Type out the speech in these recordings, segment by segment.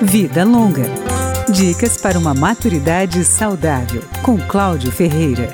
Vida Longa. Dicas para uma maturidade saudável, com Cláudio Ferreira.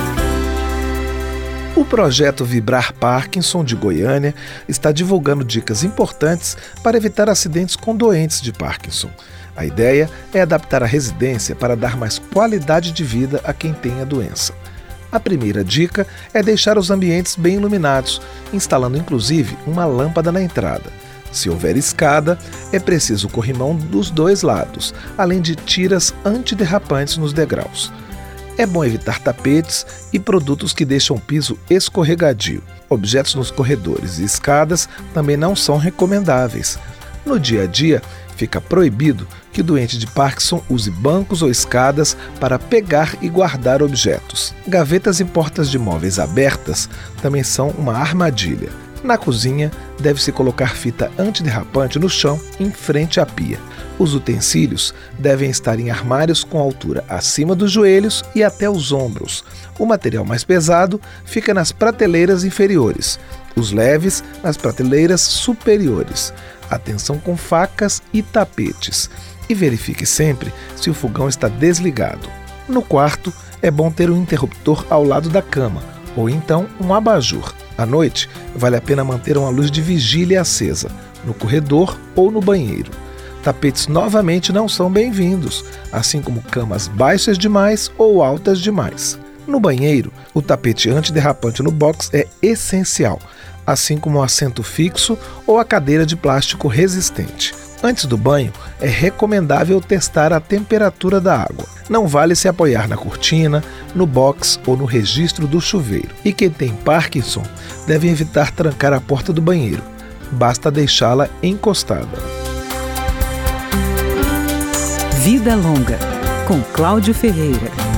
O projeto Vibrar Parkinson de Goiânia está divulgando dicas importantes para evitar acidentes com doentes de Parkinson. A ideia é adaptar a residência para dar mais qualidade de vida a quem tem a doença. A primeira dica é deixar os ambientes bem iluminados, instalando inclusive uma lâmpada na entrada. Se houver escada, é preciso corrimão dos dois lados, além de tiras antiderrapantes nos degraus. É bom evitar tapetes e produtos que deixam o piso escorregadio. Objetos nos corredores e escadas também não são recomendáveis. No dia a dia, fica proibido que o doente de Parkinson use bancos ou escadas para pegar e guardar objetos. Gavetas e portas de móveis abertas também são uma armadilha. Na cozinha, deve-se colocar fita antiderrapante no chão, em frente à pia. Os utensílios devem estar em armários com altura acima dos joelhos e até os ombros. O material mais pesado fica nas prateleiras inferiores, os leves nas prateleiras superiores. Atenção com facas e tapetes. E verifique sempre se o fogão está desligado. No quarto, é bom ter um interruptor ao lado da cama, ou então um abajur. À noite, vale a pena manter uma luz de vigília acesa, no corredor ou no banheiro. Tapetes novamente não são bem-vindos, assim como camas baixas demais ou altas demais. No banheiro, o tapete antiderrapante no box é essencial, assim como o assento fixo ou a cadeira de plástico resistente. Antes do banho, é recomendável testar a temperatura da água. Não vale se apoiar na cortina, no box ou no registro do chuveiro. E quem tem Parkinson deve evitar trancar a porta do banheiro. Basta deixá-la encostada. Vida Longa, com Cláudio Ferreira.